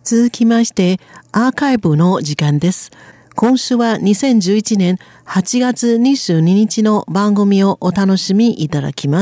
続きましてアーカイブの時間です。今週は2011年8月22日の番組をお楽しみいただきます。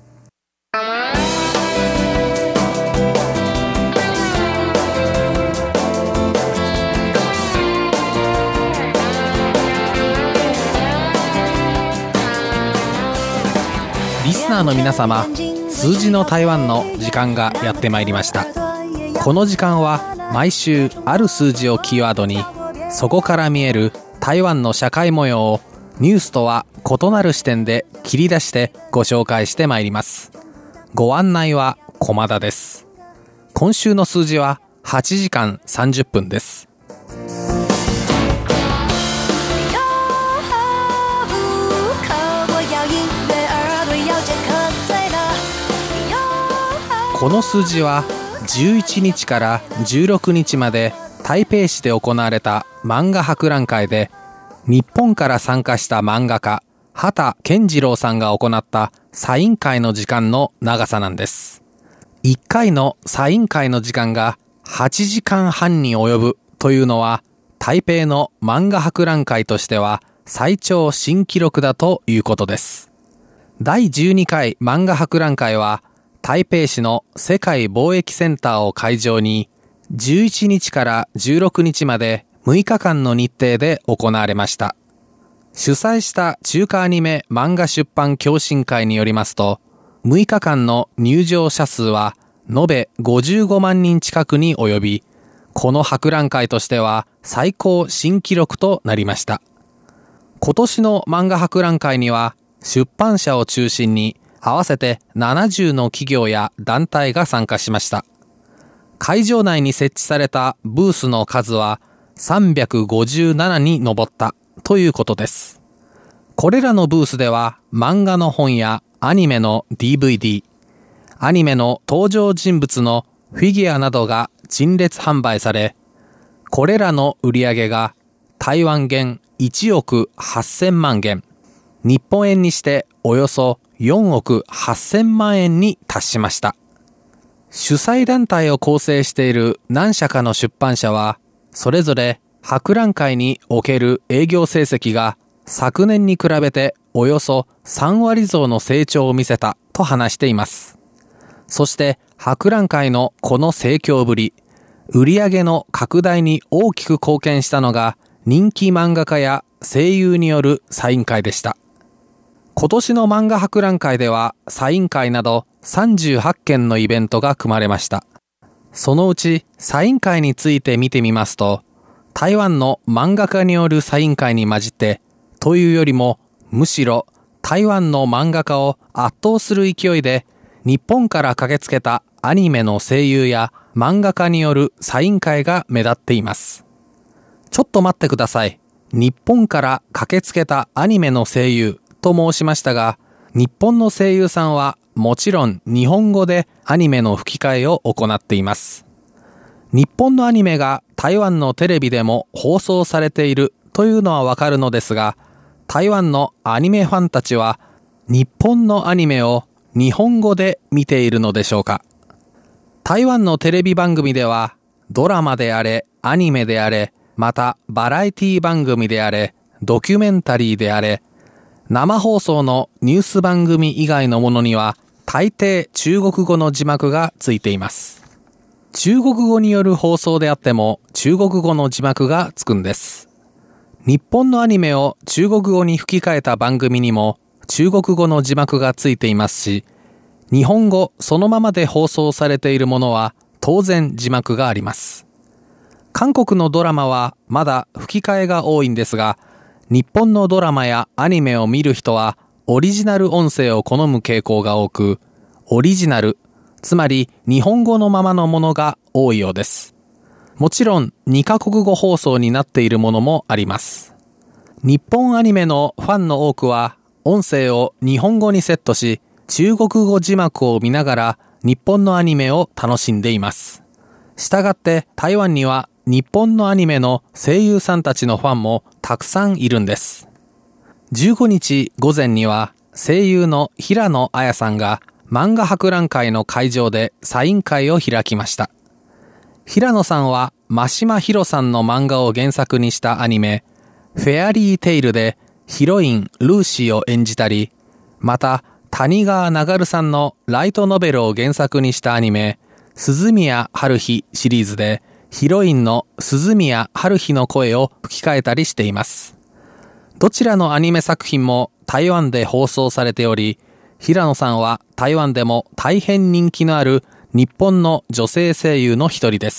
リスナーの皆様、数字の台湾の時間がやってまいりました。この時間は毎週ある数字をキーワードに、そこから見える台湾の社会模様をニュースとは異なる視点で切り出してご紹介してまいります。ご案内は駒田です。今週の数字は8時間30分です。この数字は11日から16日まで台北市で行われた漫画博覧会で、日本から参加した漫画家畑健次郎さんが行ったサイン会の時間の長さなんです。1回のサイン会の時間が8時間半に及ぶというのは、台北の漫画博覧会としては最長新記録だということです。第12回漫画博覧会は台北市の世界貿易センターを会場に11日から16日まで6日間の日程で行われました。主催した中華アニメ漫画出版共進会によりますと、6日間の入場者数は延べ55万人近くに及び、この博覧会としては最高新記録となりました。今年の漫画博覧会には出版社を中心に合わせて70の企業や団体が参加しました。会場内に設置されたブースの数は357に上ったということです。これらのブースでは漫画の本やアニメの DVD、アニメの登場人物のフィギュアなどが陳列販売され、これらの売り上げが台湾元1億8000万元、日本円にしておよそ4億8000万円に達しました。主催団体を構成している何社かの出版社は、それぞれ博覧会における営業成績が昨年に比べておよそ3割増の成長を見せたと話しています。そして博覧会のこの盛況ぶり、売上の拡大に大きく貢献したのが人気漫画家や声優によるサイン会でした。今年の漫画博覧会ではサイン会など38件のイベントが組まれました。そのうちサイン会について見てみますと、台湾の漫画家によるサイン会に混じってというよりも、むしろ台湾の漫画家を圧倒する勢いで日本から駆けつけたアニメの声優や漫画家によるサイン会が目立っています。ちょっと待ってください。日本から駆けつけたアニメの声優と申しましたが、日本の声優さんはもちろん日本語でアニメの吹き替えを行っています。日本のアニメが台湾のテレビでも放送されているというのはわかるのですが、台湾のアニメファンたちは日本のアニメを日本語で見ているのでしょうか。台湾のテレビ番組ではドラマであれ、アニメであれ、またバラエティ番組であれ、ドキュメンタリーであれ、生放送のニュース番組以外のものには大抵中国語の字幕がついています。中国語による放送であっても中国語の字幕がつくんです。日本のアニメを中国語に吹き替えた番組にも中国語の字幕がついていますし、日本語そのままで放送されているものは当然字幕があります。韓国のドラマはまだ吹き替えが多いんですが、日本のドラマやアニメを見る人はオリジナル音声を好む傾向が多く、オリジナル、つまり日本語のままのものが多いようです。もちろん2カ国語放送になっているものもあります。日本アニメのファンの多くは音声を日本語にセットし、中国語字幕を見ながら日本のアニメを楽しんでいます。したがって台湾には日本のアニメの声優さんたちのファンもたくさんいるんです。15日午前には声優の平野綾さんが漫画博覧会の会場でサイン会を開きました。 平野さんは真島ひろさんの漫画を原作にしたアニメフェアリーテイルでヒロインルーシーを演じたり、また谷川長さんのライトノベルを原作にしたアニメ鈴宮春日シリーズでヒロインの鈴宮春日の声を吹き替えたりしています。どちらのアニメ作品も台湾で放送されており、平野さんは台湾でも大変人気のある日本の女性声優の一人です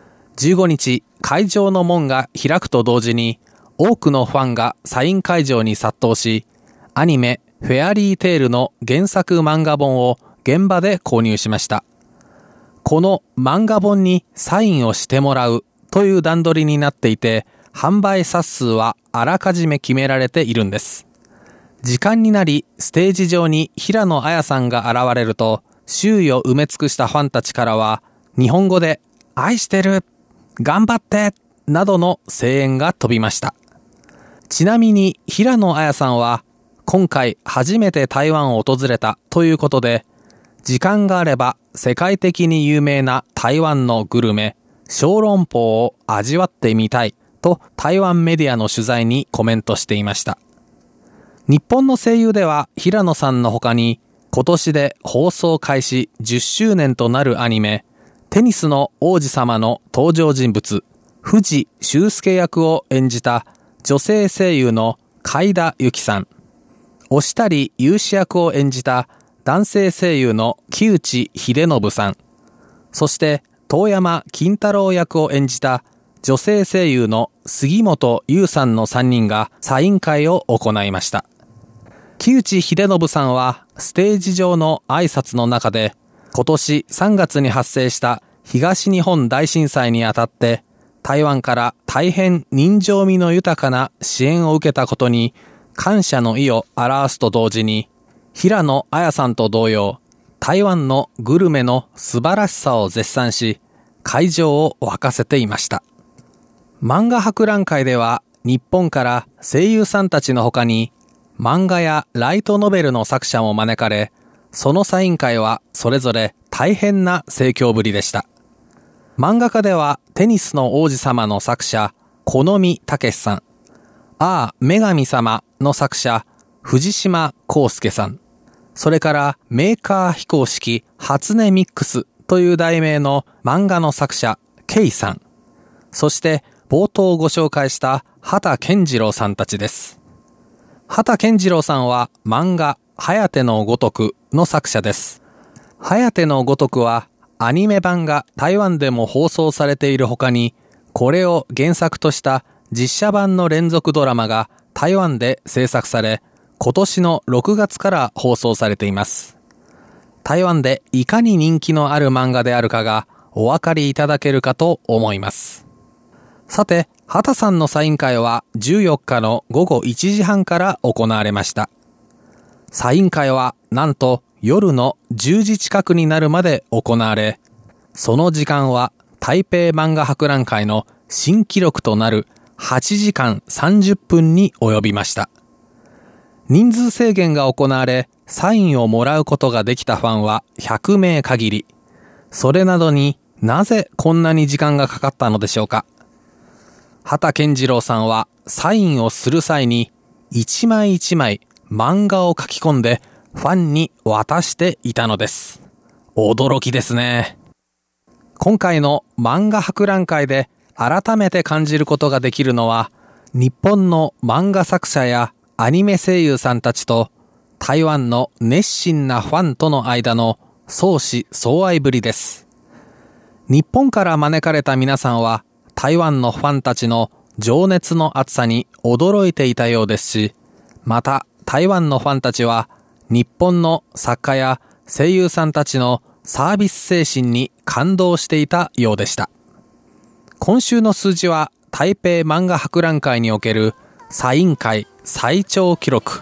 。15日、会場の門が開くと同時に多くのファンがサイン会場に殺到し、アニメフェアリーテイルの原作漫画本を現場で購入しました。この漫画本にサインをしてもらうという段取りになっていて、販売冊数はあらかじめ決められているんです。時間になりステージ上に平野綾さんが現れると、周囲を埋め尽くしたファンたちからは日本語で愛してる、頑張ってなどの声援が飛びました。ちなみに平野綾さんは今回初めて台湾を訪れたということで、時間があれば世界的に有名な台湾のグルメ小籠包を味わってみたいと台湾メディアの取材にコメントしていました。日本の声優では平野さんの他に今年で放送開始10周年となるアニメテニスの王子様の登場人物藤修介役を演じた女性声優の海田由紀さん、押谷勇士役を演じた男性声優の木内秀信さん、そして遠山金太郎役を演じた女性声優の杉本優さんの3人がサイン会を行いました。木内秀信さんはステージ上の挨拶の中で、今年3月に発生した東日本大震災にあたって台湾から大変人情味の豊かな支援を受けたことに感謝の意を表すと同時に、平野綾さんと同様、台湾のグルメの素晴らしさを絶賛し、会場を沸かせていました。漫画博覧会では日本から声優さんたちの他に漫画やライトノベルの作者も招かれ、そのサイン会はそれぞれ大変な盛況ぶりでした。漫画家ではテニスの王子様の作者木見武さん、女神様の作者藤島康介さん、それからメーカー非公式初音ミックスという題名の漫画の作者ケイさん、そして冒頭ご紹介した畑健次郎さんたちです。畑健次郎さんは漫画颯のごとくの作者です。颯のごとくはアニメ版が台湾でも放送されている他に、これを原作とした実写版の連続ドラマが台湾で制作され、今年の6月から放送されています。台湾でいかに人気のある漫画であるかがお分かりいただけるかと思います。さて、畑さんのサイン会は14日の午後1時半から行われました。サイン会はなんと夜の10時近くになるまで行われ、その時間は台北漫画博覧会の新記録となる8時間30分に及びました。人数制限が行われ、サインをもらうことができたファンは100名限り。それなどになぜこんなに時間がかかったのでしょうか。畑健次郎さんはサインをする際に一枚一枚漫画を書き込んでファンに渡していたのです。驚きですね。今回の漫画博覧会で改めて感じることができるのは、日本の漫画作者やアニメ声優さんたちと台湾の熱心なファンとの間の相思相愛ぶりです。日本から招かれた皆さんは台湾のファンたちの情熱の厚さに驚いていたようですし、また台湾のファンたちは日本の作家や声優さんたちのサービス精神に感動していたようでした。今週の数字は台北漫画博覧会におけるサイン会最長記録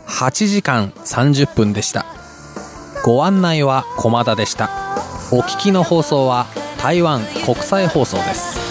8時間30分でした。ご案内は駒田でした。お聞きの放送は台湾国際放送です。